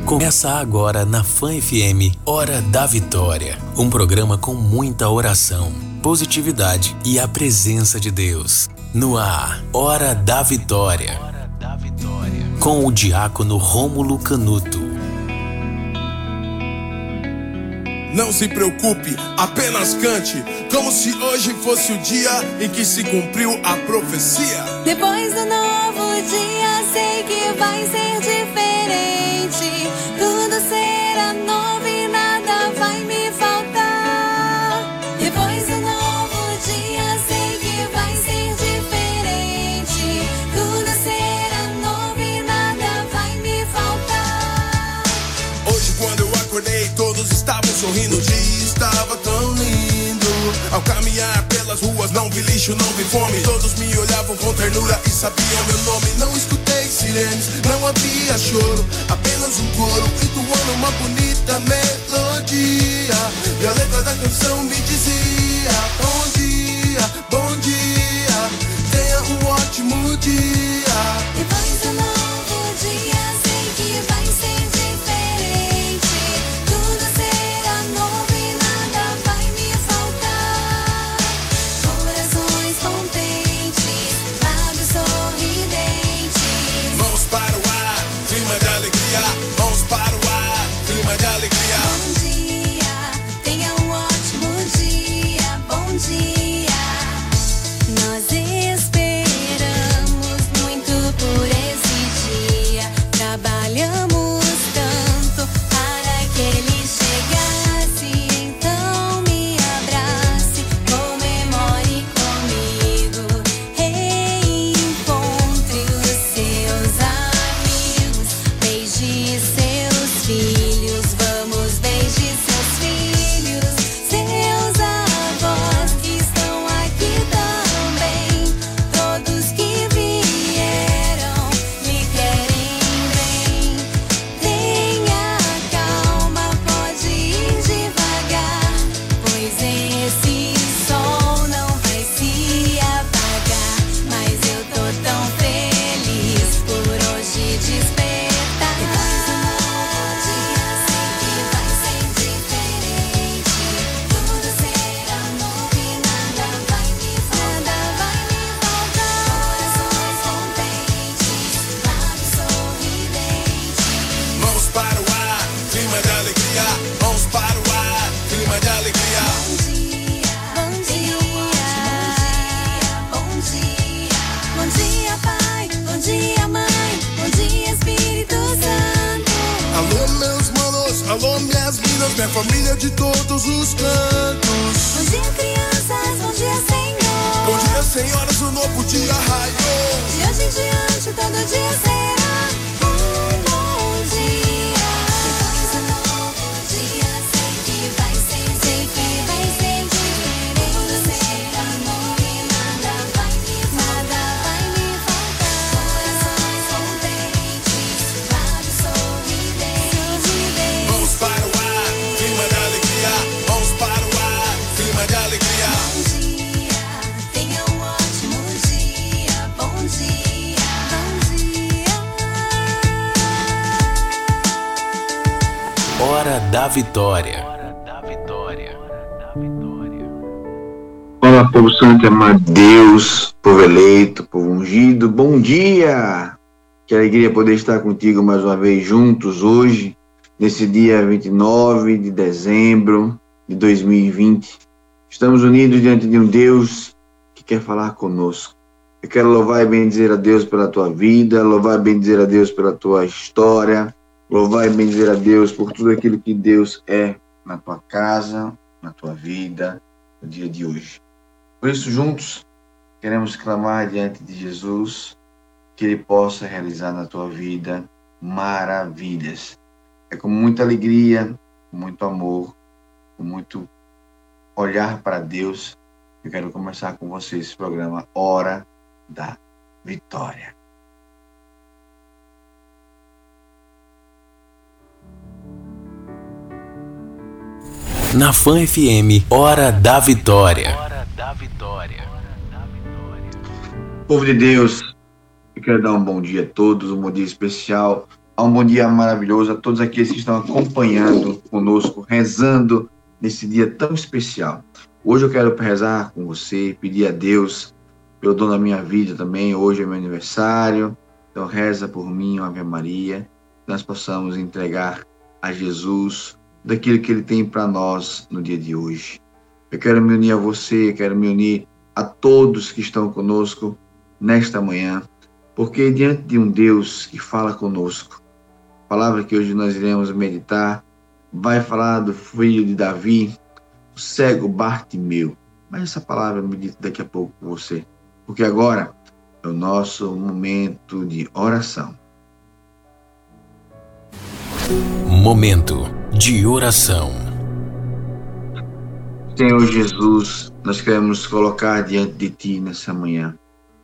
Começa agora na Fã FM, Hora da Vitória. Um programa com muita oração, positividade e a presença de Deus. No ar, Hora da Vitória. Com o diácono Rômulo Canuto. Não se preocupe, apenas cante, como se hoje fosse o dia em que se cumpriu a profecia. Depois do novo dia, sei que vai ser diferente. Tudo será novo e nada vai me faltar. Depois do novo dia, sei que vai ser diferente. Tudo será novo e nada vai me faltar. Hoje quando eu acordei, todos estavam sorrindo, o dia estava tão lindo. Ao caminhar pelas ruas não vi lixo, não vi fome. Todos me olhavam com ternura e sabiam meu nome. Não escutei sirenes, não havia choro, apenas um coro entoando uma bonita melodia. E a letra da canção me dizia: bom dia, tenha um ótimo dia. Depois do novo dia, sei que vai ser diferente. Tudo será novo e nada vai me faltar. Corações contentes, lábios sorridentes. Mãos para o ar, clima de alegria. Mãos para o ar, clima de alegria. Bom dia, tenha um ótimo dia. Bom dia. Nós esperamos muito por esse dia. Trabalhamos tanto para que ele chegasse. Então me abrace, comemore comigo. Reencontre os seus amigos. Beije seus filhos, vamos beijar seus filhos. Seus avós que estão aqui também. Todos que vieram lhe querem bem. Tenha calma, pode ir devagar, pois esse sol não vai se apagar. Mas eu tô tão feliz por hoje despertar. Depois do novo dia, sei que vai ser diferente. Tudo será novo e nada vai me faltar. Corações contentes, lábios sorridentes. Mãos para o ar, clima de alegria. Mãos para o ar, clima de alegria. Bom dia, bom dia pai, bom dia mãe, bom dia Espírito Santo. Alô meus manos, alô minhas minas, minha família de todos os cantos. Bom dia crianças, bom dia Senhor. Bom dia senhoras, o novo dia raiou. De hoje em diante todo dia será um bom dia. Depois do novo dia, sei que vai ser diferente. Tudo será novo e nada vai me faltar. Corações contentes, lábios sorridentes. Mãos para o ar, clima de alegria. Mãos para o ar, clima de alegria. Bom dia, tenha um ótimo dia. Bom dia, Hora da Vitória. Olá, povo santo e amado Deus, povo eleito, povo ungido, bom dia! Que alegria poder estar contigo mais uma vez juntos hoje, nesse dia 29 de dezembro de 2020. Estamos unidos diante de um Deus que quer falar conosco. Eu quero louvar e bendizer a Deus pela tua vida, louvar e bendizer a Deus pela tua história, louvar e bendizer a Deus por tudo aquilo que Deus é na tua casa, na tua vida, no dia de hoje. Por isso, juntos, queremos clamar diante de Jesus que Ele possa realizar na tua vida maravilhas. É com muita alegria, com muito amor, com muito olhar para Deus, eu quero começar com vocês esse programa Hora da Vitória. Na Fã FM, Hora da Vitória. Povo de Deus, eu quero dar um bom dia a todos, um bom dia especial Um bom dia maravilhoso a todos aqueles que estão acompanhando conosco, rezando nesse dia tão especial. Hoje eu quero rezar com você, pedir a Deus pelo dom da minha vida também. Hoje é meu aniversário, então reza por mim, Ave Maria, que nós possamos entregar a Jesus daquilo que Ele tem para nós no dia de hoje. Eu quero me unir a você, eu quero me unir a todos que estão conosco nesta manhã, porque diante de um Deus que fala conosco, a palavra que hoje nós iremos meditar vai falar do filho de Davi, o cego Bartimeu. Mas essa palavra eu medito daqui a pouco com você, porque agora é o nosso momento de oração. Momento de oração. Senhor Jesus, nós queremos colocar diante de Ti nessa manhã.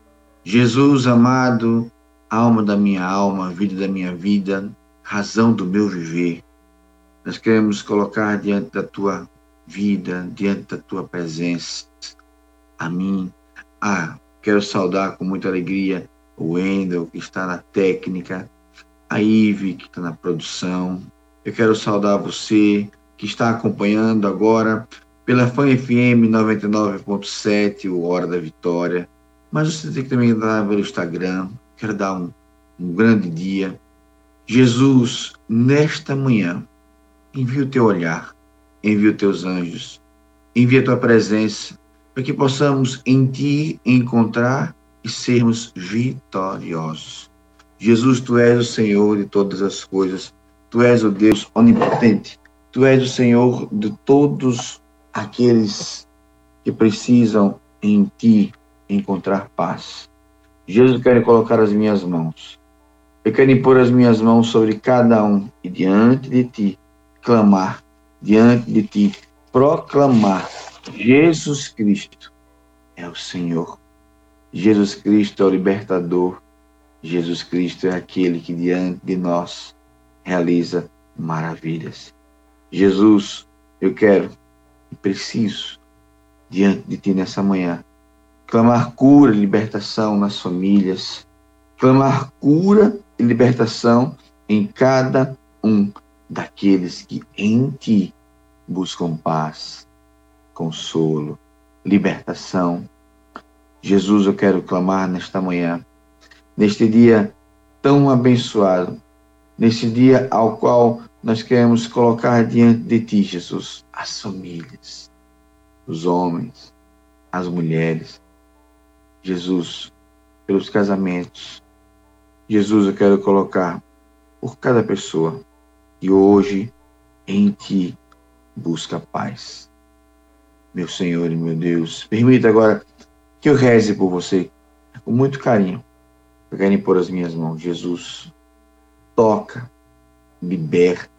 Jesus amado, alma da minha alma, vida da minha vida, razão do meu viver. Nós queremos colocar diante da Tua vida, diante da Tua presença, a mim. Quero saudar com muita alegria o Wendel, que está na técnica, a Ive, que está na produção. Eu quero saudar você, que está acompanhando agora pela Fan FM 99.7, o Hora da Vitória. Mas você tem que também dar pelo Instagram. Quero dar um grande dia. Jesus, nesta manhã, envia o Teu olhar, envia os Teus anjos, envia a Tua presença, para que possamos em Ti encontrar e sermos vitoriosos. Jesus, Tu és o Senhor de todas as coisas. Tu és o Deus onipotente. Tu és o Senhor de todos aqueles que precisam em Ti encontrar paz. Jesus, eu quero colocar as minhas mãos. Eu quero impor as minhas mãos sobre cada um e diante de Ti clamar, diante de Ti proclamar: Jesus Cristo é o Senhor. Jesus Cristo é o libertador. Jesus Cristo é aquele que diante de nós realiza maravilhas. Jesus, eu quero e preciso diante de Ti nessa manhã clamar cura e libertação nas famílias, clamar cura e libertação em cada um daqueles que em Ti buscam paz, consolo, libertação. Jesus, eu quero clamar nesta manhã, neste dia tão abençoado, nesse dia ao qual nós queremos colocar diante de Ti, Jesus, as famílias, os homens, as mulheres. Jesus, pelos casamentos. Jesus, eu quero colocar por cada pessoa que hoje em Ti busca paz. Meu Senhor e meu Deus, permita agora que eu reze por você com muito carinho. Eu quero impor as minhas mãos. Jesus, toca, liberta,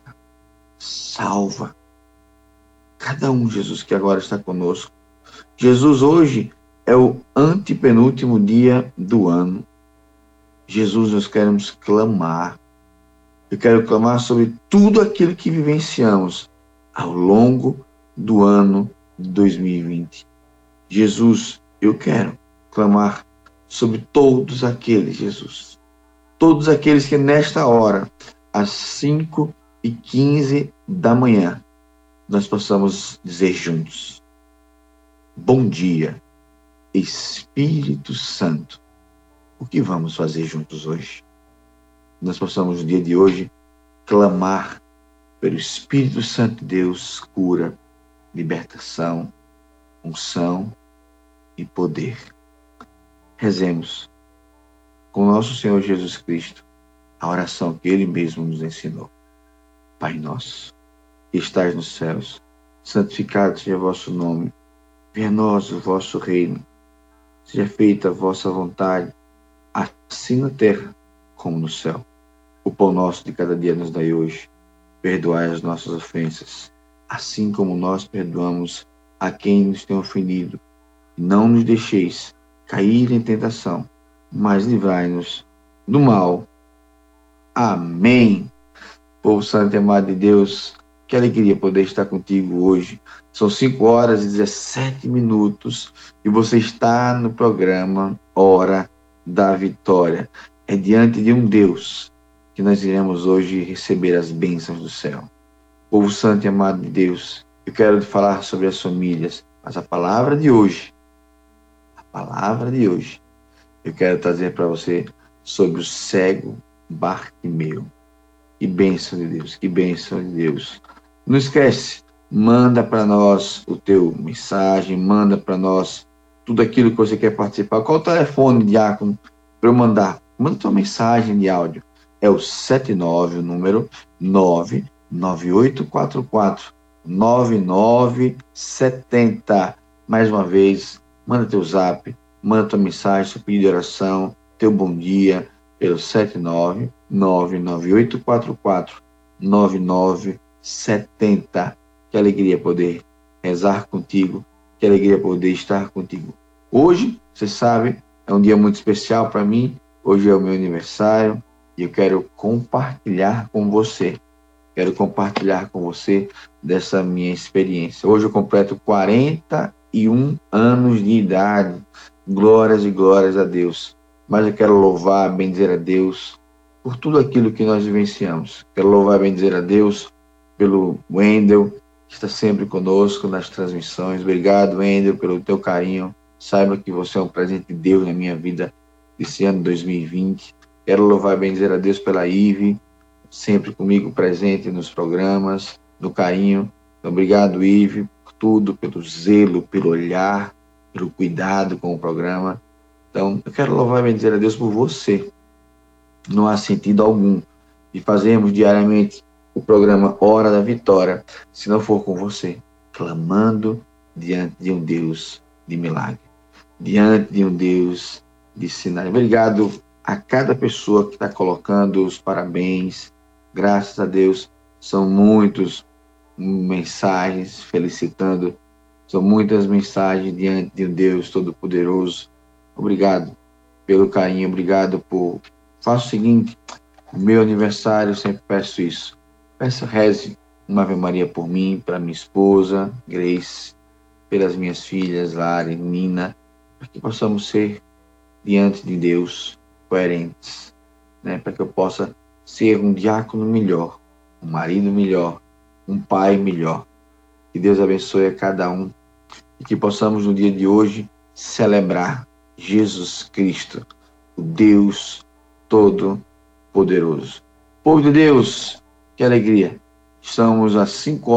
salva cada um, Jesus, que agora está conosco. Jesus, hoje é o antepenúltimo dia do ano. Jesus, nós queremos clamar. Eu quero clamar sobre tudo aquilo que vivenciamos ao longo do ano de 2020. Jesus, eu quero clamar sobre todos aqueles, Jesus. Todos aqueles que nesta hora, às 5h15 da manhã, nós possamos dizer juntos: bom dia, Espírito Santo. O que vamos fazer juntos hoje? Nós possamos no dia de hoje clamar pelo Espírito Santo de Deus, cura, libertação, unção e poder. Rezemos com nosso Senhor Jesus Cristo a oração que Ele mesmo nos ensinou. Pai nosso, que estais nos céus, santificado seja o vosso nome. Venha a nós o vosso reino. Seja feita a vossa vontade, assim na terra como no céu. O pão nosso de cada dia nos dai hoje. Perdoai as nossas ofensas, assim como nós perdoamos a quem nos tem ofendido. Não nos deixeis cair em tentação, mas livrai-nos do mal. Amém. Povo santo e amado de Deus, que alegria poder estar contigo hoje. São 5h17 e você está no programa Hora da Vitória. É diante de um Deus que nós iremos hoje receber as bênçãos do céu. Povo santo e amado de Deus, eu quero falar sobre as famílias, mas a palavra de hoje, eu quero trazer para você sobre o cego Bartimeu. Que bênção de Deus, que bênção de Deus. Não esquece, manda para nós o teu mensagem, manda para nós tudo aquilo que você quer participar. Qual o telefone, diácono, para eu mandar? Manda tua mensagem de áudio. É o 79, o número 998449970. Mais uma vez, manda teu zap, manda tua mensagem, seu pedido de oração, teu bom dia, pelo 79998449970. Que alegria poder rezar contigo, que alegria poder estar contigo. Hoje, você sabe, é um dia muito especial para mim. Hoje é o meu aniversário e eu quero compartilhar com você. Quero compartilhar com você dessa minha experiência. Hoje eu completo 41 anos de idade. Glórias e glórias a Deus. Mas eu quero louvar, bendizer a Deus por tudo aquilo que nós vivenciamos. Quero louvar, bendizer a Deus pelo Wendel, que está sempre conosco nas transmissões. Obrigado, Wendel, pelo teu carinho. Saiba que você é um presente de Deus na minha vida esse ano 2020. Quero louvar, bendizer a Deus pela Ive, sempre comigo presente nos programas, no carinho. Obrigado, Ive, por tudo, pelo zelo, pelo olhar, pelo cuidado com o programa. Então, eu quero louvar e bendizer a Deus por você. Não há sentido algum de fazermos diariamente o programa Hora da Vitória, se não for com você, clamando diante de um Deus de milagre, diante de um Deus de sinais. Obrigado a cada pessoa que está colocando os parabéns. Graças a Deus, são muitas mensagens felicitando, são muitas mensagens diante de um Deus Todo-Poderoso. Obrigado pelo carinho, obrigado por... Faço o seguinte, no meu aniversário eu sempre peço isso. Reze uma Ave Maria por mim, para minha esposa, Grace, pelas minhas filhas, Lara e Nina, para que possamos ser diante de Deus coerentes, né? Para que eu possa ser um diácono melhor, um marido melhor, um pai melhor. Que Deus abençoe a cada um e que possamos no dia de hoje celebrar Jesus Cristo, o Deus Todo-Poderoso. Povo de Deus, que alegria! Estamos às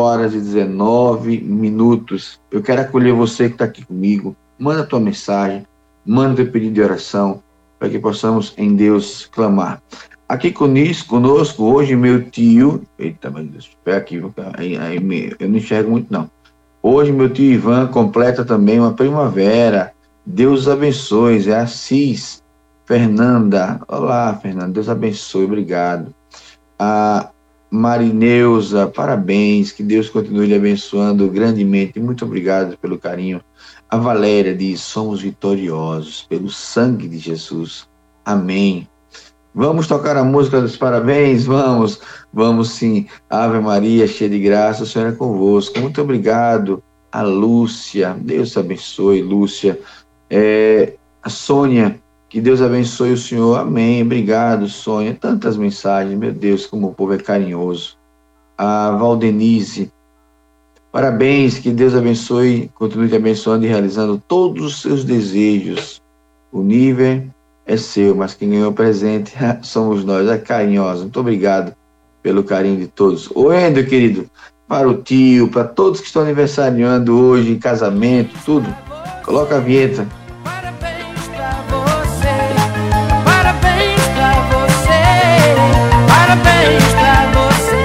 5h19. Eu quero acolher você que está aqui comigo. Manda a tua mensagem, manda teu pedido de oração, para que possamos em Deus clamar. Aqui conosco hoje, meu tio... Eita, meu Deus, espera aqui, eu não enxergo muito não. Hoje, meu tio Ivan completa também uma primavera. Deus abençoe, é Assis. Fernanda, olá, Fernanda, Deus abençoe, obrigado. A Marineuza, parabéns, que Deus continue lhe abençoando grandemente, muito obrigado pelo carinho. A Valéria diz, somos vitoriosos pelo sangue de Jesus, amém. Vamos tocar a música dos parabéns? Vamos sim. Ave Maria, cheia de graça, o Senhor é convosco. Muito obrigado. A Lúcia, Deus te abençoe, Lúcia. A Sônia, que Deus abençoe o Senhor, amém. Obrigado, Sônia. Tantas mensagens, meu Deus, como o povo é carinhoso. A Valdenise, parabéns, que Deus abençoe, continue te abençoando e realizando todos os seus desejos. O nível é seu, mas quem ganhou o presente somos nós, é carinhosa. Muito obrigado pelo carinho de todos. Ô, Ender, querido, para o tio, para todos que estão aniversariando hoje, em casamento, tudo, coloca a vinheta. Parabéns pra você, parabéns pra você, parabéns pra você.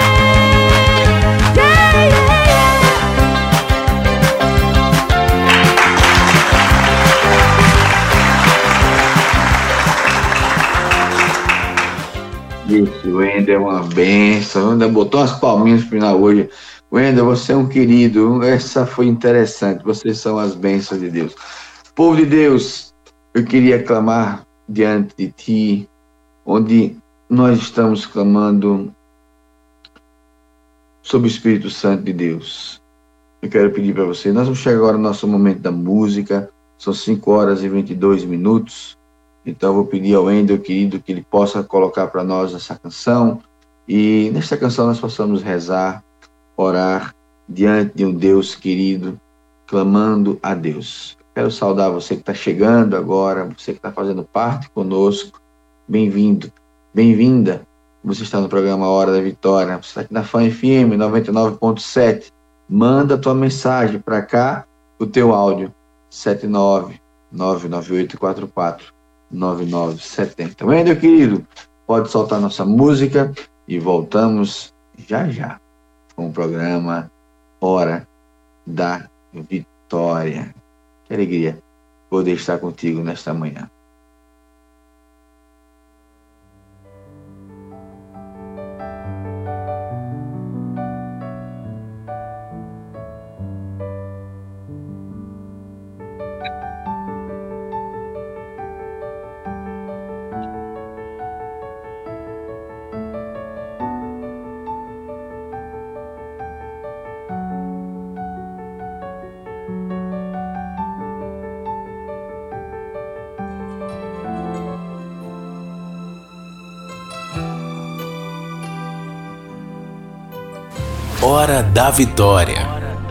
Yeah, yeah, Isso, o Wendel é uma benção. Ainda botou umas palminhas no final hoje. Wendel, você é um querido. Essa foi interessante. Vocês são as bênçãos de Deus. Povo de Deus, eu queria clamar diante de ti, onde nós estamos clamando sobre o Espírito Santo de Deus. Eu quero pedir para você, nós vamos chegar agora no nosso momento da música, são 5h22. Então eu vou pedir ao Wendel, querido, que ele possa colocar para nós essa canção, e nesta canção nós possamos rezar, orar diante de um Deus querido, clamando a Deus. Quero saudar você que está chegando agora, você que está fazendo parte conosco. Bem-vindo, bem-vinda. Você está no programa Hora da Vitória, você está aqui na Fã FM 99.7. Manda a tua mensagem para cá, o teu áudio, 79998449970. Wendel, querido, pode soltar nossa música e voltamos já já com o programa Hora da Vitória. Que alegria poder estar contigo nesta manhã. Hora da Vitória.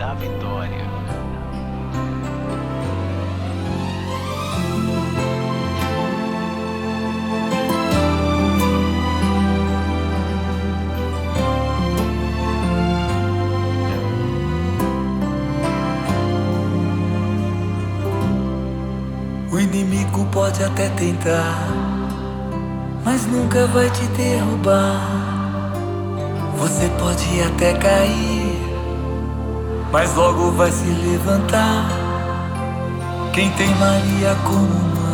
O inimigo pode até tentar, mas nunca vai te derrubar. Você pode até cair, mas logo vai se levantar. Quem tem Maria como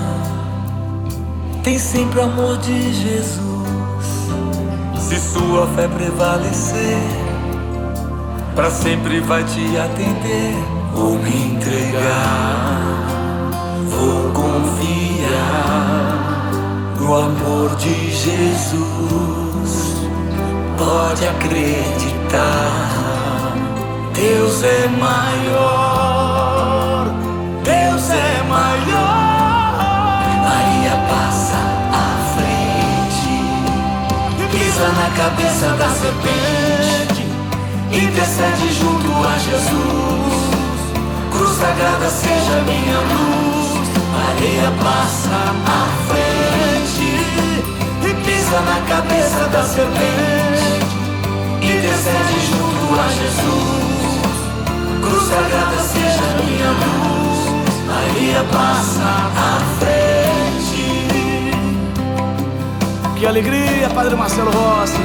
mãe, tem sempre o amor de Jesus. Se sua fé prevalecer, pra sempre vai te atender. Vou me entregar, vou confiar no amor de Jesus. Pode acreditar, Deus é maior, Deus é maior. Maria passa à frente, pisa na cabeça da serpente, intercede junto a Jesus. Cruz sagrada seja minha luz. Maria passa à frente, pisa na cabeça da serpente, intercede junto a Jesus. Cruz sagrada seja minha luz. Maria passa à frente. Que alegria, Padre Marcelo Rossi.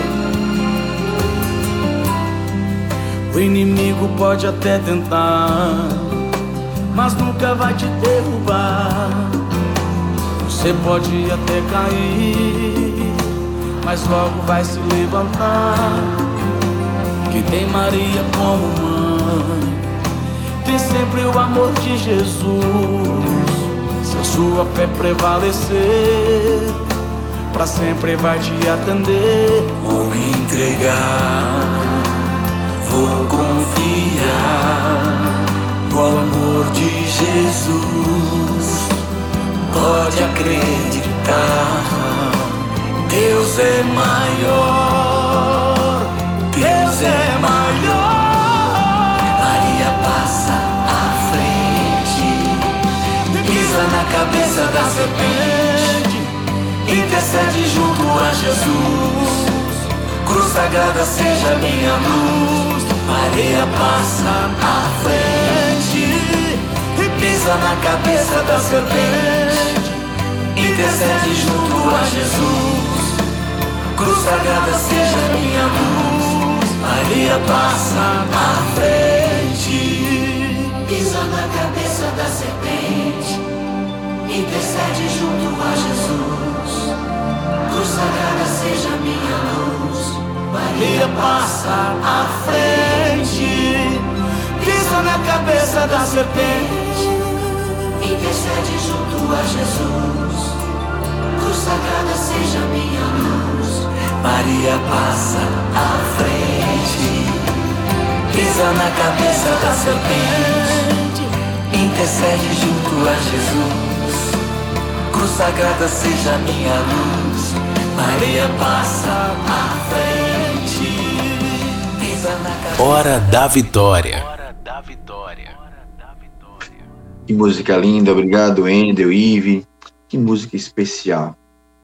O inimigo pode até tentar, mas nunca vai te derrubar. Você pode até cair, mas logo vai se levantar. Que tem Maria como mãe, tem sempre o amor de Jesus. Se a sua fé prevalecer, pra sempre vai te atender. Vou me entregar, vou confiar no amor de Jesus. Pode acreditar, Deus é maior, Deus é maior. Maria passa à frente, pisa na cabeça da serpente, intercede junto a Jesus. Cruz sagrada seja minha luz. Maria passa à frente, pisa na cabeça da serpente, intercede junto a Jesus. Cruz sagrada seja minha luz. Maria passa à frente, pisa na cabeça da serpente, intercede junto a Jesus. Cruz sagrada seja minha luz. Maria passa à frente, pisa na cabeça da serpente, intercede junto a Jesus. Cruz sagrada seja minha luz. Maria passa à frente, pisa na cabeça da serpente, intercede junto a Jesus. cruz sagrada seja minha luz. Maria passa à frente, pisa na cabeça. Hora da Vitória. Que música linda, obrigado, Endel, Ive. Que música especial.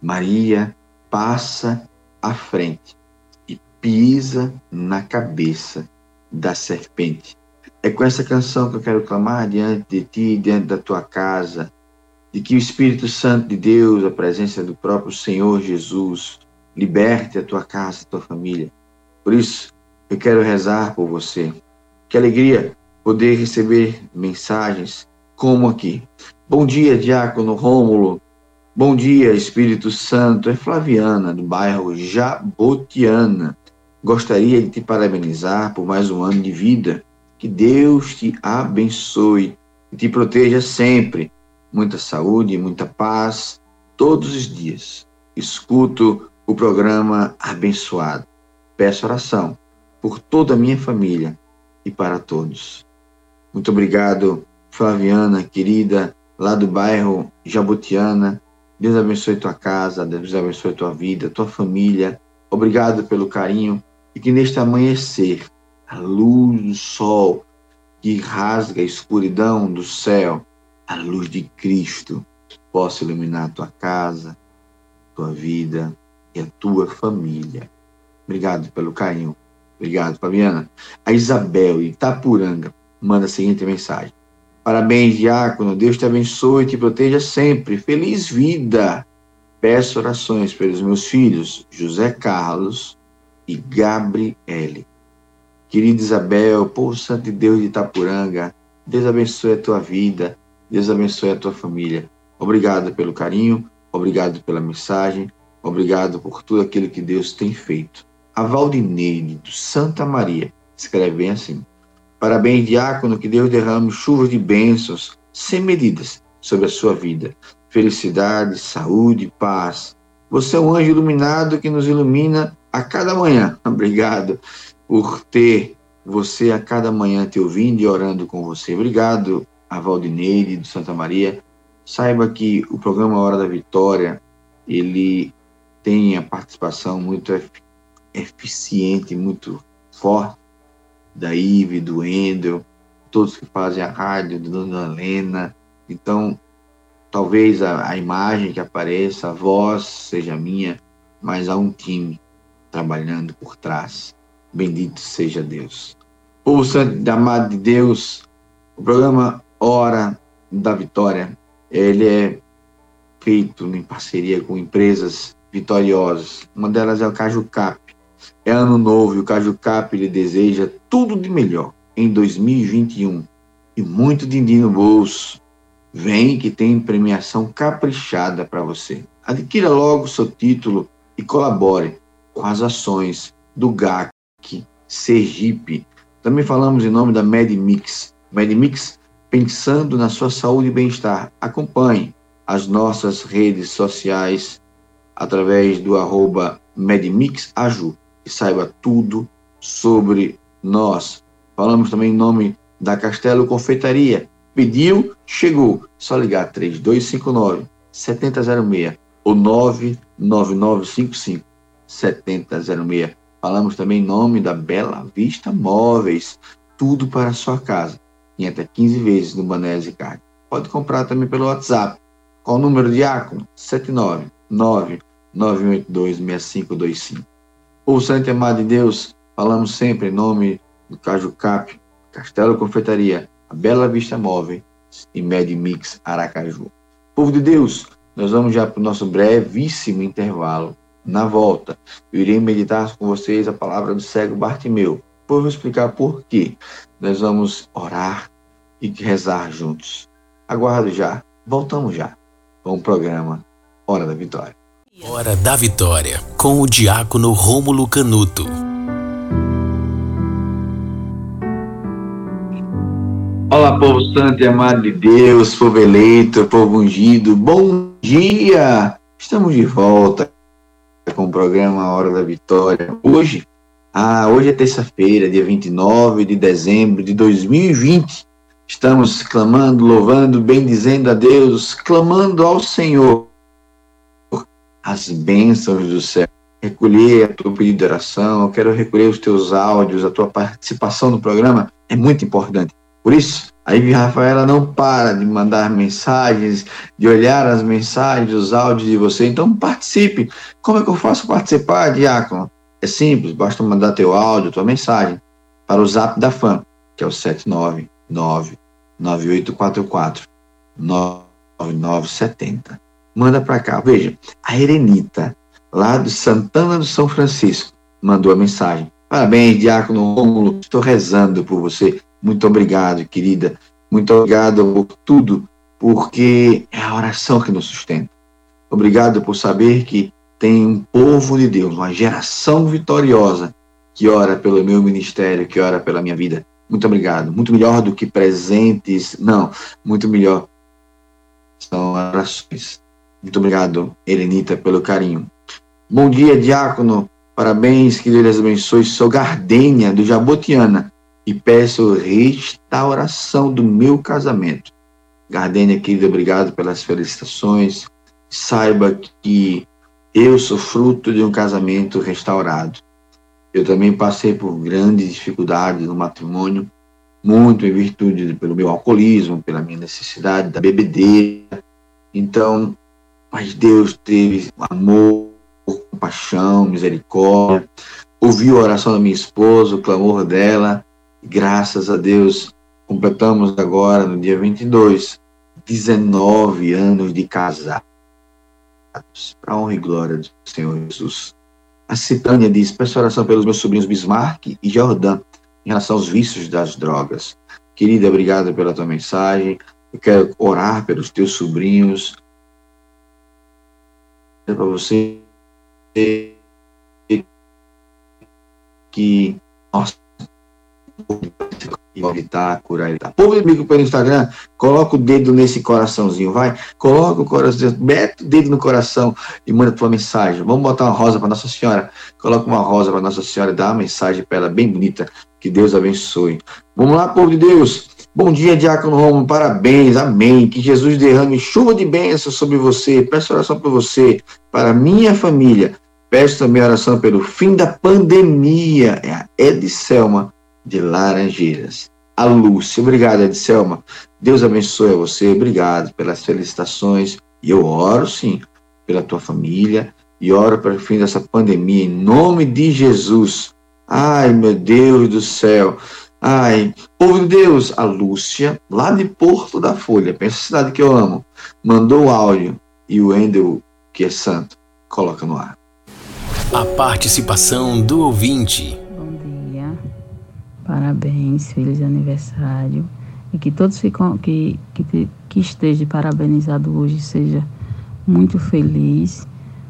Maria passa à frente e pisa na cabeça da serpente. É com essa canção que eu quero clamar diante de ti, diante da tua casa, de que o Espírito Santo de Deus, a presença do próprio Senhor Jesus, liberte a tua casa, a tua família. Por isso, eu quero rezar por você. Que alegria poder receber mensagens como aqui. Bom dia, Diácono Rômulo. Bom dia, Espírito Santo. É Flaviana, do bairro Jabotiana. Gostaria de te parabenizar por mais um ano de vida. Que Deus te abençoe e te proteja sempre. Muita saúde e muita paz todos os dias. Escuto o programa abençoado. Peço oração por toda a minha família e para todos. Muito obrigado, Flaviana, querida, lá do bairro Jabotiana. Deus abençoe tua casa, Deus abençoe tua vida, tua família. Obrigado pelo carinho e que neste amanhecer, a luz do sol que rasga a escuridão do céu, a luz de Cristo possa iluminar a tua casa, tua vida e a tua família. Obrigado pelo carinho. Obrigado, Fabiana. A Isabel, Itapuranga, manda a seguinte mensagem. Parabéns, Diácono. Deus te abençoe e te proteja sempre. Feliz vida. Peço orações pelos meus filhos, José Carlos e Gabriele. Querida Isabel, povo santo de Deus de Itapuranga, Deus abençoe a tua vida, Deus abençoe a tua família. Obrigado pelo carinho, obrigado pela mensagem, obrigado por tudo aquilo que Deus tem feito. A Valdineide, do Santa Maria, escreve bem assim. Parabéns, Diácono, que Deus derrame chuvas de bênçãos sem medidas sobre a sua vida. Felicidade, saúde e paz. Você é um anjo iluminado que nos ilumina a cada manhã. Obrigado por ter você a cada manhã te ouvindo e orando com você. Obrigado, a Valdineide, do Santa Maria. Saiba que o programa Hora da Vitória, ele tem a participação muito eficiente, muito forte, da Ive, do Endel, todos que fazem a rádio, do Dona Helena. Então, talvez a imagem que apareça, a voz seja minha, mas há um time trabalhando por trás. Bendito seja Deus. Povo santo amado de Deus, o programa Hora da Vitória, ele é feito em parceria com empresas vitoriosas. Uma delas é o Cajucap. É ano novo e o Cajucap lhe deseja tudo de melhor em 2021 e muito din-din no bolso. Vem que tem premiação caprichada para você. Adquira logo seu título e colabore com as ações do GAC Sergipe. Também falamos em nome da MedMix. MedMix, pensando na sua saúde e bem-estar. Acompanhe as nossas redes sociais através do @MedMixAju e saiba tudo sobre nós. Falamos também em nome da Castelo Confeitaria. Pediu, chegou. Só ligar 3259-7006 ou 99955-7006. Falamos também em nome da Bela Vista Móveis. Tudo para a sua casa. Em até 15 vezes no Banese Card. Pode comprar também pelo WhatsApp. Qual o número, Diácono? 799-9182-6525. Povo santo e amado de Deus, falamos sempre em nome do Cajucap, Castelo Confeitaria, a Bela Vista Móvel e MedMix Aracaju. Povo de Deus, nós vamos já para o nosso brevíssimo intervalo. Na volta, eu irei meditar com vocês a palavra do cego Bartimeu. Depois vou explicar por quê. Nós vamos orar e rezar juntos. Aguardo já, voltamos já com o programa Hora da Vitória. Hora da Vitória, com o Diácono Rômulo Canuto. Olá, povo santo e amado de Deus, povo eleito, povo ungido, bom dia! Estamos de volta com o programa Hora da Vitória. Hoje é terça-feira, dia 29 de dezembro de 2020. Estamos clamando, louvando, bendizendo a Deus, clamando ao Senhor as bênçãos do céu, recolher a tua pedido de oração, eu quero recolher os teus áudios, a tua participação no programa é muito importante. Por isso, a Ivy Rafaela não para de mandar mensagens, de olhar as mensagens, os áudios de você. Então participe. Como é que eu faço participar, Diácono? É simples, basta mandar teu áudio, tua mensagem para o Zap da FAM, que é o 799-9844-9970. Manda para cá. Veja, a Erenita, lá de Santana do São Francisco, mandou a mensagem. Parabéns, Diácono Rômulo, estou rezando por você. Muito obrigado, querida. Muito obrigado por tudo, porque é a oração que nos sustenta. Obrigado por saber que tem um povo de Deus, uma geração vitoriosa que ora pelo meu ministério, que ora pela minha vida. Muito obrigado. Muito melhor do que presentes. Não, muito melhor são orações. Muito obrigado, Elenita, pelo carinho. Bom dia, Diácono. Parabéns, que Deus abençoe. Sou Gardênia, do Jabotiana, e peço restauração do meu casamento. Gardênia, querida, obrigado pelas felicitações. Saiba que eu sou fruto de um casamento restaurado. Eu também passei por grandes dificuldades no matrimônio, muito em virtude pelo meu alcoolismo, pela minha necessidade da bebedeira. Então, mas Deus teve amor, compaixão, misericórdia, ouviu a oração da minha esposa, o clamor dela. Graças a Deus, completamos agora, no dia 22, 19 anos de casados, para a honra e glória do Senhor Jesus. A Citânia diz: peço oração pelos meus sobrinhos Bismarck e Jordan, em relação aos vícios das drogas. Querida, obrigado pela tua mensagem. Eu quero orar pelos teus sobrinhos, para você que, nossa, evitar, curar. Povo inimigo pelo Instagram, coloca o dedo nesse coraçãozinho, vai, coloca o coração, mete o dedo no coração e manda tua mensagem. Vamos botar uma rosa para Nossa Senhora, coloca uma rosa para Nossa Senhora e dá uma mensagem para ela bem bonita, que Deus abençoe. Vamos lá, povo de Deus. Bom dia, Diácono Rômulo, parabéns, amém, que Jesus derrame chuva de bênçãos sobre você. Peço oração por você, para minha família. Peço também oração pelo fim da pandemia. É a Edselma de Laranjeiras. A Lúcia, obrigado, Edselma. Deus abençoe a você, obrigado pelas felicitações. E eu oro, sim, pela tua família e oro para o fim dessa pandemia, em nome de Jesus. Ai, meu Deus do céu. Ai, povo de Deus, a Lúcia, lá de Porto da Folha, pensa a cidade que eu amo, mandou o áudio e o Wendel, que é santo, coloca no ar. A participação do ouvinte. Bom dia, parabéns, feliz aniversário, e que todos que esteja parabenizado hoje seja muito feliz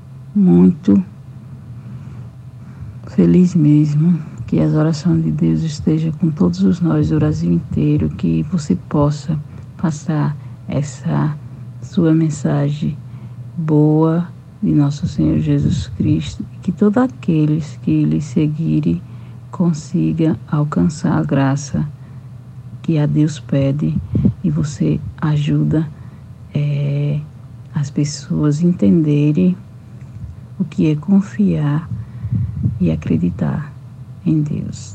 mesmo, que as orações de Deus estejam com todos os nós do Brasil inteiro, que você possa passar essa sua mensagem boa de nosso Senhor Jesus Cristo, e que todos aqueles que lhe seguirem consigam alcançar a graça que a Deus pede, e você ajuda as pessoas a entenderem o que é confiar e acreditar em Deus.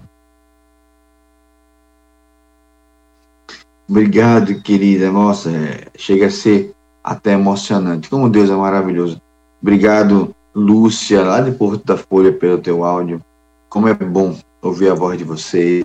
Obrigado, querida. Nossa, chega a ser até emocionante. Como Deus é maravilhoso. Obrigado, Lúcia, lá de Porto da Folha, pelo teu áudio. Como é bom ouvir a voz de vocês.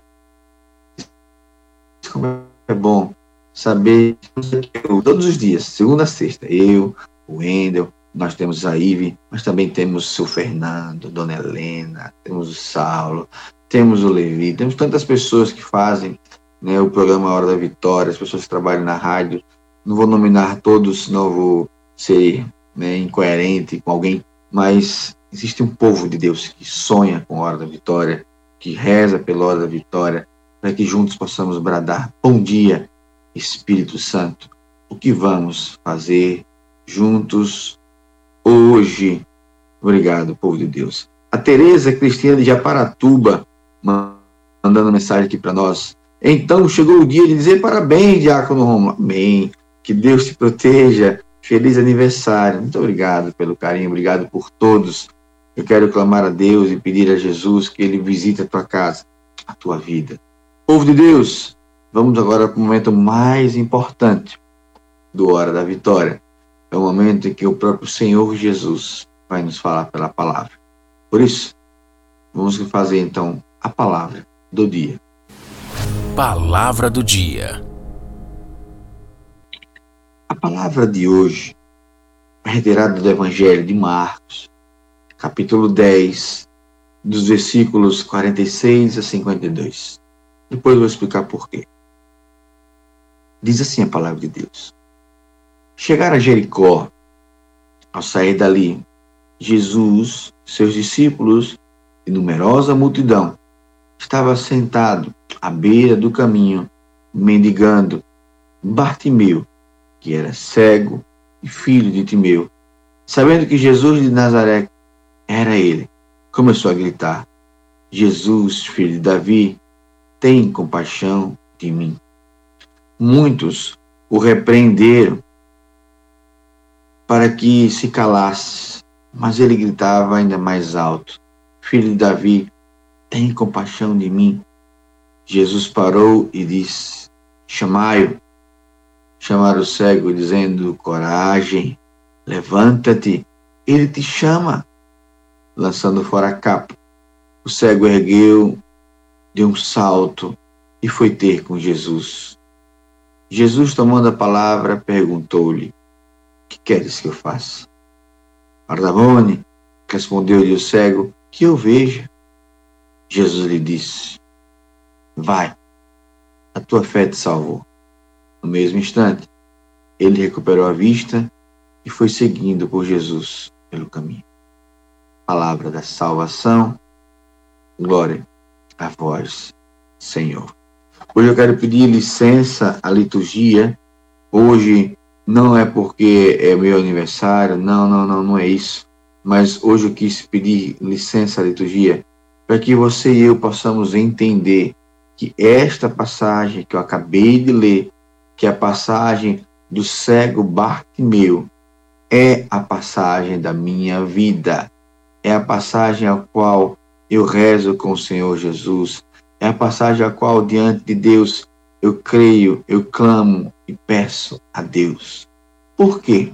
Como é bom saber que todos os dias, segunda a sexta, eu, o Wendel, nós temos a Ivy, mas também temos o seu Fernando, Dona Helena, temos o Saulo, temos o Levi, temos tantas pessoas que fazem, né, o programa Hora da Vitória, as pessoas que trabalham na rádio. Não vou nominar todos, senão vou ser, né, incoerente com alguém, mas existe um povo de Deus que sonha com a Hora da Vitória, que reza pela Hora da Vitória, para que juntos possamos bradar: bom dia, Espírito Santo. O que vamos fazer juntos hoje? Obrigado, povo de Deus. A Tereza Cristina de Japaratuba mandando mensagem aqui para nós. Então chegou o dia de dizer parabéns, Diácono Rômulo. Amém. Que Deus te proteja, Feliz aniversário. Muito obrigado pelo carinho, obrigado por todos. Eu quero clamar a Deus e pedir a Jesus que Ele visite a tua casa, a tua vida. Povo de Deus, vamos agora para o momento mais importante do Hora da Vitória. É o momento em que o próprio Senhor Jesus vai nos falar pela palavra. Por isso, vamos fazer então a palavra do dia. Palavra do dia. A palavra de hoje é retirada do Evangelho de Marcos, capítulo 10, dos versículos 46 a 52. Depois eu vou explicar por quê. Diz assim a palavra de Deus. Chegaram a Jericó. Ao sair dali, Jesus, seus discípulos e numerosa multidão estava sentado à beira do caminho, mendigando. Bartimeu, que era cego e filho de Timeu, sabendo que Jesus de Nazaré era ele, começou a gritar: Jesus, filho de Davi, tem compaixão de mim. Muitos o repreenderam para que se calasse, mas ele gritava ainda mais alto: Filho de Davi, tem compaixão de mim. Jesus parou e disse: Chamai-o. Chamaram o cego, dizendo: Coragem, levanta-te, ele te chama. Lançando fora a capa, o cego ergueu de um salto e foi ter com Jesus. Jesus, tomando a palavra, perguntou-lhe: Que queres que eu faça? Ardavone, respondeu-lhe o cego, que eu veja. Jesus lhe disse: Vai, a tua fé te salvou. No mesmo instante, ele recuperou a vista e foi seguindo por Jesus pelo caminho. Palavra da salvação, glória a vós, Senhor. Hoje eu quero pedir licença à liturgia. Hoje não é porque é meu aniversário, não é isso. Mas hoje eu quis pedir licença à liturgia para que você e eu possamos entender que esta passagem que eu acabei de ler, que é a passagem do cego Bartimeu, é a passagem da minha vida. É a passagem a qual eu rezo com o Senhor Jesus. É a passagem a qual, diante de Deus, eu creio, eu clamo e peço a Deus. Por quê?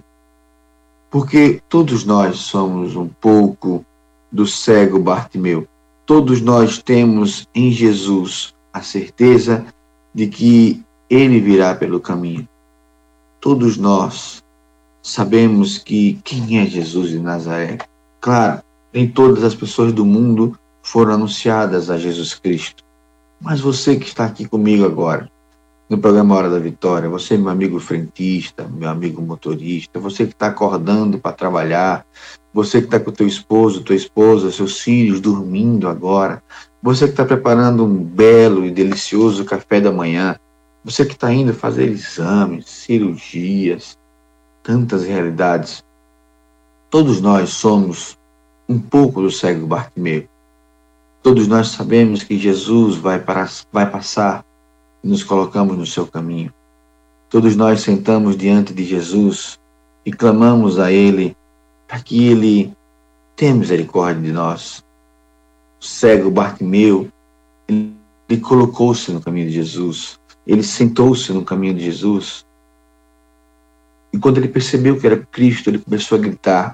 Porque todos nós somos um pouco do cego Bartimeu. Todos nós temos em Jesus a certeza de que Ele virá pelo caminho. Todos nós sabemos que quem é Jesus de Nazaré. Claro, nem todas as pessoas do mundo foram anunciadas a Jesus Cristo. Mas você que está aqui comigo agora, no programa Hora da Vitória, você, meu amigo frentista, meu amigo motorista, você que está acordando para trabalhar, você que está com teu esposo, tua esposa, seus filhos dormindo agora, você que está preparando um belo e delicioso café da manhã, você que está indo fazer exames, cirurgias, tantas realidades. Todos nós somos um pouco do cego Bartimeu. Todos nós sabemos que Jesus vai passar e nos colocamos no seu caminho. Todos nós sentamos diante de Jesus e clamamos a Ele para que Ele tenha misericórdia de nós. O cego Bartimeu, ele colocou-se no caminho de Jesus. Ele sentou-se no caminho de Jesus. E quando ele percebeu que era Cristo, ele começou a gritar.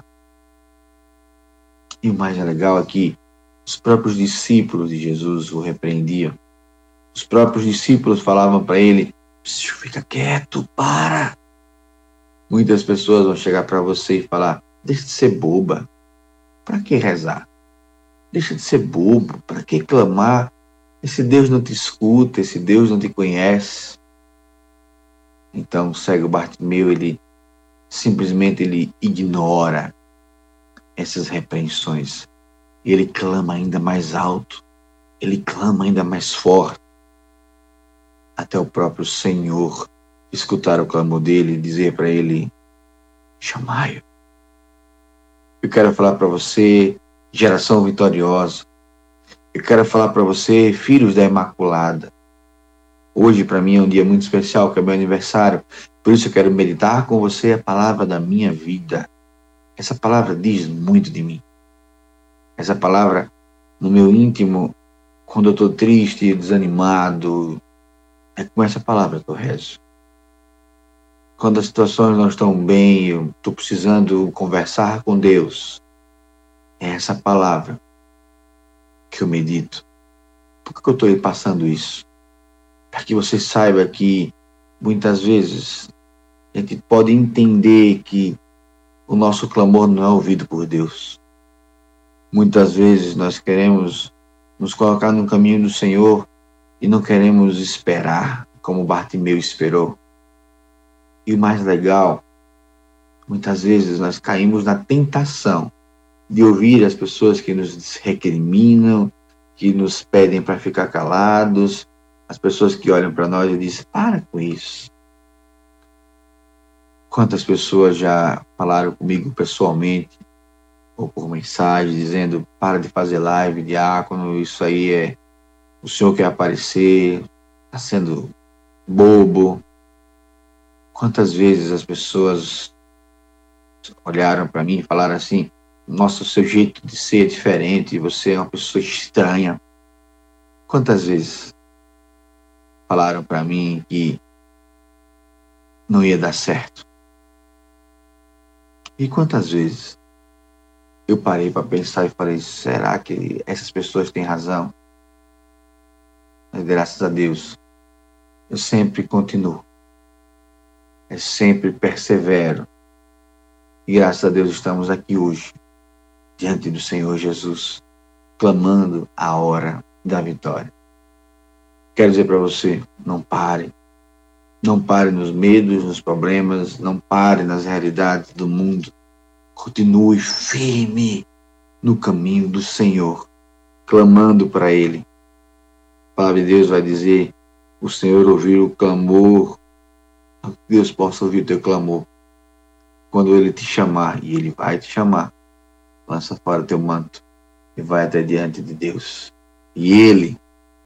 E o mais legal é que os próprios discípulos de Jesus o repreendiam. Os próprios discípulos falavam para ele: fica quieto, para. Muitas pessoas vão chegar para você e falar: deixa de ser boba. Para que rezar? Deixa de ser bobo. Para que clamar? Esse Deus não te escuta, esse Deus não te conhece. Então o cego Bartimeu, ele simplesmente ignora essas repreensões. Ele clama ainda mais alto, ele clama ainda mais forte, até o próprio Senhor escutar o clamor dele e dizer para ele: chamai-o. Eu quero falar para você, geração vitoriosa, eu quero falar para você, filhos da Imaculada. Hoje para mim é um dia muito especial, que é meu aniversário. Por isso eu quero meditar com você a palavra da minha vida. Essa palavra diz muito de mim. Essa palavra, no meu íntimo, quando eu estou triste, desanimado, é com essa palavra que eu rezo. Quando as situações não estão bem, eu estou precisando conversar com Deus, é essa palavra que eu medito. Por que eu estou passando isso? Para que você saiba que, muitas vezes, a gente pode entender que o nosso clamor não é ouvido por Deus. Muitas vezes nós queremos nos colocar no caminho do Senhor e não queremos esperar, como Bartimeu esperou. E o mais legal, muitas vezes nós caímos na tentação de ouvir as pessoas que nos recriminam, que nos pedem para ficar calados, as pessoas que olham para nós e dizem, para com isso. Quantas pessoas já falaram comigo pessoalmente, ou por mensagem, dizendo, para de fazer live, diácono, isso aí é, o senhor quer aparecer, está sendo bobo. Quantas vezes as pessoas olharam para mim e falaram assim, nossa, o seu jeito de ser é diferente, você é uma pessoa estranha. Quantas vezes falaram para mim que não ia dar certo? E quantas vezes eu parei para pensar e falei, será que essas pessoas têm razão? Mas graças a Deus, eu sempre continuo. Eu sempre persevero. E graças a Deus estamos aqui hoje, diante do Senhor Jesus, clamando a hora da vitória. Quero dizer para você, não pare. Não pare nos medos, nos problemas, não pare nas realidades do mundo. Continue firme no caminho do Senhor, clamando para Ele. A palavra de Deus vai dizer, o Senhor ouviu o clamor, Deus possa ouvir o teu clamor. Quando Ele te chamar, e Ele vai te chamar, lança fora o teu manto e vai até diante de Deus. E Ele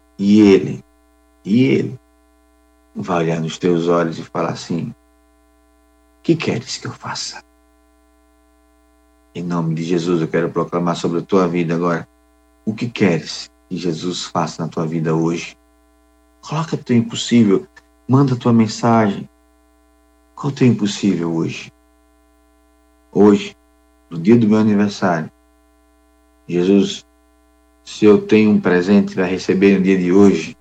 vai olhar nos teus olhos e falar assim, o que queres que eu faça? Em nome de Jesus, eu quero proclamar sobre a tua vida agora. O que queres que Jesus faça na tua vida hoje? Coloca o teu impossível. Manda a tua mensagem. Qual é o teu impossível hoje? Hoje, no dia do meu aniversário. Jesus, se eu tenho um presente para receber no dia de hoje,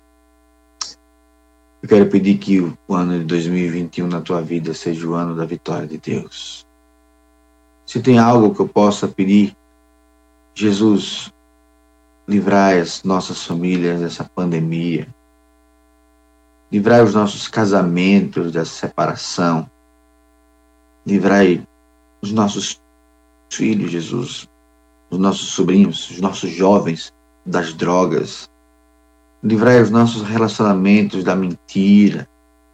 eu quero pedir que o ano de 2021 na tua vida seja o ano da vitória de Deus. Se tem algo que eu possa pedir, Jesus, livrai as nossas famílias dessa pandemia. Livrai os nossos casamentos dessa separação. Livrai os nossos filhos, Jesus, os nossos sobrinhos, os nossos jovens das drogas. Livrai os nossos relacionamentos da mentira,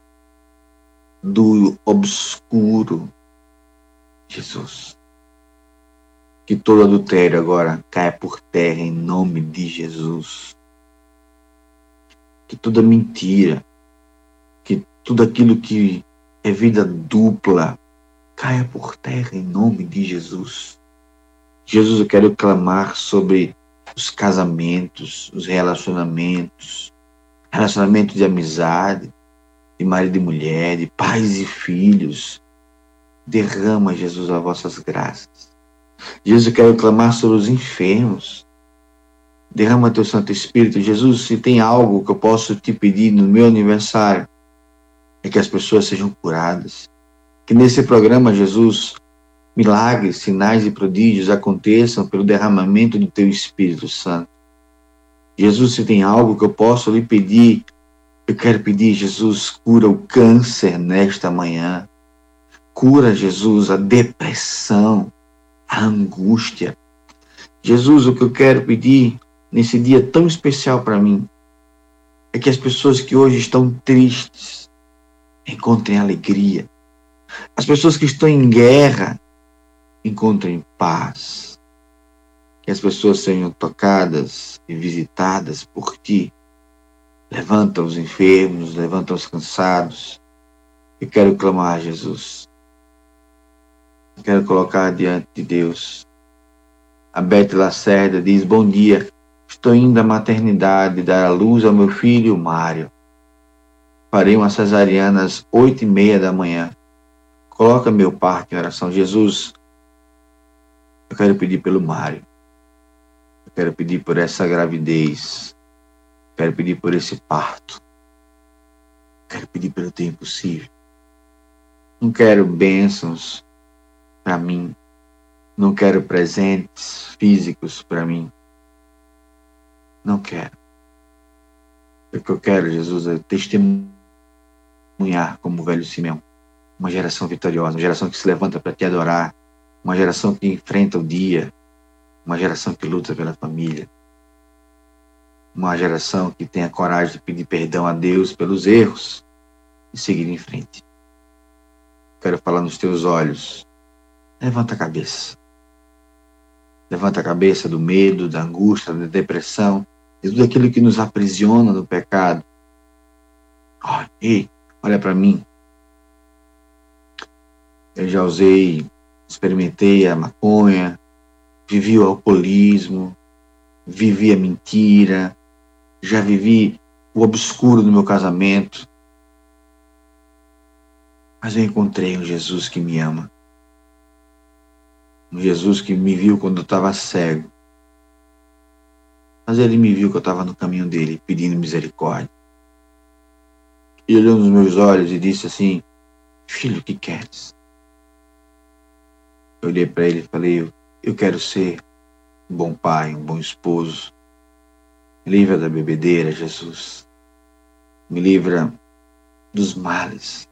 do obscuro. Jesus, que todo adultério agora caia por terra em nome de Jesus. Que toda mentira, que tudo aquilo que é vida dupla caia por terra em nome de Jesus. Jesus, eu quero clamar sobre os casamentos, os relacionamentos de amizade, de marido e mulher, de pais e filhos. Derrama, Jesus, as vossas graças. Jesus, eu quero clamar sobre os enfermos. Derrama teu Santo Espírito. Jesus, se tem algo que eu posso te pedir no meu aniversário, é que as pessoas sejam curadas. Que nesse programa, Jesus, milagres, sinais e prodígios aconteçam pelo derramamento do teu Espírito Santo. Jesus, se tem algo que eu posso lhe pedir, eu quero pedir, Jesus, cura o câncer nesta manhã. Cura, Jesus, a depressão, a angústia. Jesus, o que eu quero pedir nesse dia tão especial para mim é que as pessoas que hoje estão tristes encontrem alegria. As pessoas que estão em guerra encontrem paz. Que as pessoas sejam tocadas e visitadas por ti. Levanta os enfermos, levanta os cansados. Eu quero clamar, Jesus. Eu quero colocar diante de Deus. A Beth Lacerda diz: bom dia, estou indo à maternidade dar à luz ao meu filho Mário. Farei uma cesariana às 8h30 da manhã. Coloca meu parto em oração. Jesus, eu quero pedir pelo Mário. Eu quero pedir por essa gravidez. Eu quero pedir por esse parto. Eu quero pedir pelo teu impossível. Não quero bênçãos para mim. Não quero presentes físicos para mim. Não quero. O que eu quero, Jesus, é testemunhar como o velho Simeão. Uma geração vitoriosa, uma geração que se levanta para te adorar, uma geração que enfrenta o dia, uma geração que luta pela família, uma geração que tem a coragem de pedir perdão a Deus pelos erros e seguir em frente. Quero falar nos teus olhos. Levanta a cabeça. Levanta a cabeça do medo, da angústia, da depressão, de tudo aquilo que nos aprisiona no pecado. Ei, olha para mim. Eu já experimentei a maconha, vivi o alcoolismo, vivi a mentira, já vivi o obscuro do meu casamento. Mas eu encontrei um Jesus que me ama. Um Jesus que me viu quando eu estava cego. Mas ele me viu que eu estava no caminho dele, pedindo misericórdia. E olhou nos meus olhos e disse assim: filho, o que queres? Eu olhei para ele e falei: eu quero ser um bom pai, um bom esposo. Me livra da bebedeira, Jesus. Me livra dos males.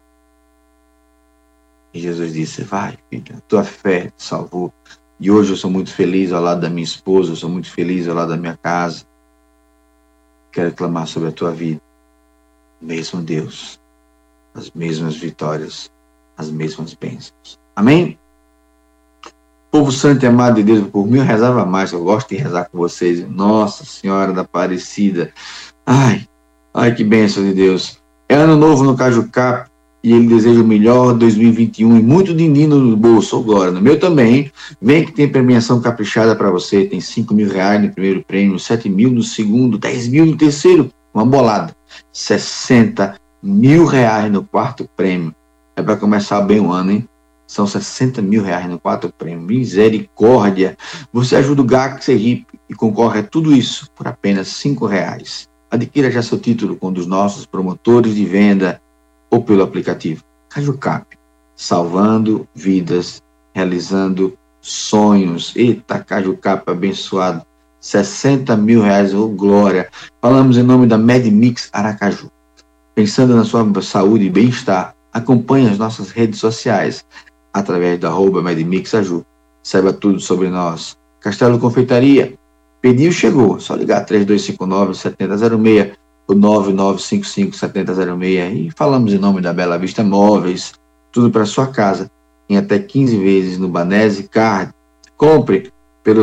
E Jesus disse: vai, filho, a tua fé te salvou. E hoje eu sou muito feliz ao lado da minha esposa, eu sou muito feliz ao lado da minha casa. Quero clamar sobre a tua vida. O mesmo Deus, as mesmas vitórias, as mesmas bênçãos. Amém? Povo santo e amado de Deus, por mim eu rezava mais, eu gosto de rezar com vocês. Nossa Senhora da Aparecida. Ai, que bênção de Deus. É ano novo no Cajucap. E ele deseja o melhor 2021 e muito dinheiro no bolso, agora. No meu também, hein? Vem que tem premiação caprichada para você. Tem 5 mil reais no primeiro prêmio, 7 mil no segundo, 10 mil no terceiro. Uma bolada. 60 mil reais no quarto prêmio. É para começar bem o ano, hein? São 60 mil reais no quarto prêmio. Misericórdia. Você ajuda o GAC Sergipe e concorre a tudo isso por apenas 5 reais. Adquira já seu título com um dos nossos promotores de venda ou pelo aplicativo Cajucap, salvando vidas, realizando sonhos. Eita, Cajucap abençoado, 60 mil reais, oh glória. Falamos em nome da MedMix Aracaju. Pensando na sua saúde e bem-estar, acompanhe as nossas redes sociais através da @MedMixAju. Saiba tudo sobre nós. Castelo Confeitaria, pediu, chegou, só ligar 3259-7006 o 9955-7006 e falamos em nome da Bela Vista Móveis, tudo para sua casa, em até 15 vezes no Banese Card. Compre pelo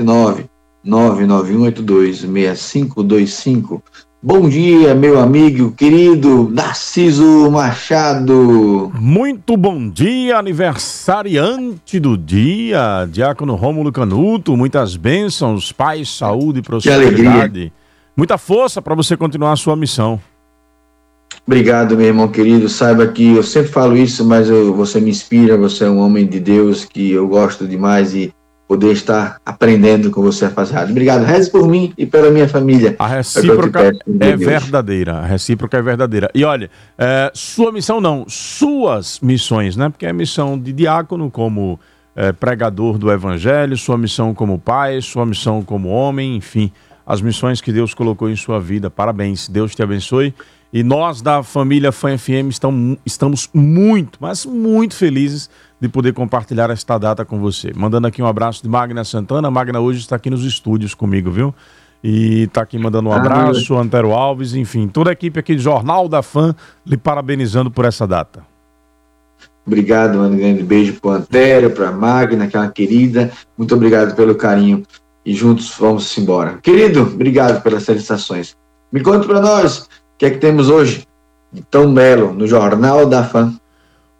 79991826525. Bom dia, meu amigo querido Narciso Machado. Muito bom dia, aniversariante do dia, Diácono Rômulo Canuto, muitas bênçãos, paz, saúde e prosperidade. Que alegria. Muita força para você continuar a sua missão. Obrigado, meu irmão querido. Saiba que eu sempre falo isso, mas você me inspira, você é um homem de Deus que eu gosto demais e poder estar aprendendo com você a fazer rádio. Obrigado. Reze por mim e pela minha família. A recíproca é verdadeira. A recíproca é verdadeira. E olha, sua missão não, suas missões, né? Porque é a missão de diácono como pregador do evangelho, sua missão como pai, sua missão como homem, enfim, as missões que Deus colocou em sua vida. Parabéns, Deus te abençoe. E nós da família Fã FM estamos muito, mas muito felizes de poder compartilhar esta data com você. Mandando aqui um abraço de Magna Santana. A Magna hoje está aqui nos estúdios comigo, viu? E está aqui mandando um abraço, Antero Alves, enfim, toda a equipe aqui do Jornal da Fã lhe parabenizando por essa data. Obrigado, mano. Um grande beijo para o Antero, para a Magna, que é uma querida. Muito obrigado pelo carinho. E juntos vamos embora. Querido, obrigado pelas felicitações. Me conta para nós, o que é que temos hoje de tão belo no Jornal da Fã?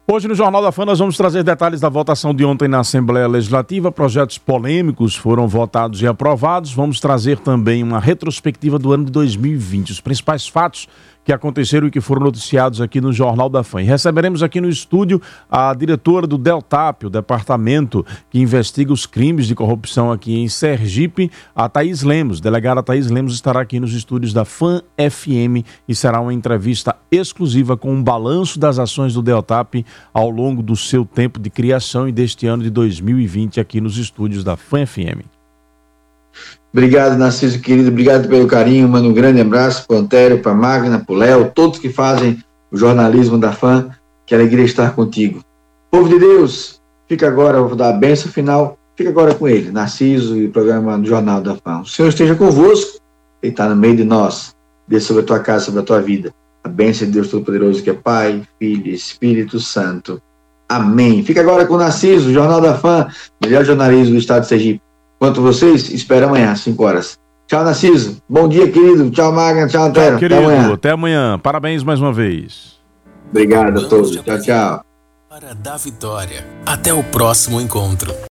Hoje no Jornal da Fã nós vamos trazer detalhes da votação de ontem na Assembleia Legislativa. Projetos polêmicos foram votados e aprovados. Vamos trazer também uma retrospectiva do ano de 2020, os principais fatos que aconteceram e que foram noticiados aqui no Jornal da Fã. E receberemos aqui no estúdio a diretora do DELTAP, o departamento que investiga os crimes de corrupção aqui em Sergipe, a Thaís Lemos. Delegada Thaís Lemos estará aqui nos estúdios da Fã FM e será uma entrevista exclusiva com um balanço das ações do DELTAP ao longo do seu tempo de criação e deste ano de 2020 aqui nos estúdios da Fã FM. Obrigado, Narciso, querido. Obrigado pelo carinho. Mando um grande abraço para o Antério, para a Magna, para o Léo, todos que fazem o jornalismo da Fã. Que alegria estar contigo. Povo de Deus, fica agora, vou dar a bênção final. Fica agora com ele, Narciso e o programa do Jornal da Fã. O Senhor esteja convosco. Ele está no meio de nós. Desça sobre a tua casa, sobre a tua vida. A bênção de Deus Todo-Poderoso, que é Pai, Filho e Espírito Santo. Amém. Fica agora com o Narciso, Jornal da Fã, melhor jornalismo do estado de Sergipe. Quanto vocês, espero amanhã, às 5 horas. Tchau, Narciso. Bom dia, querido. Tchau, Magna. Tchau, Antero. Querido, até amanhã. Até amanhã. Parabéns mais uma vez. Obrigado a todos. Tchau, tchau. Hora da Vitória. Até o próximo encontro.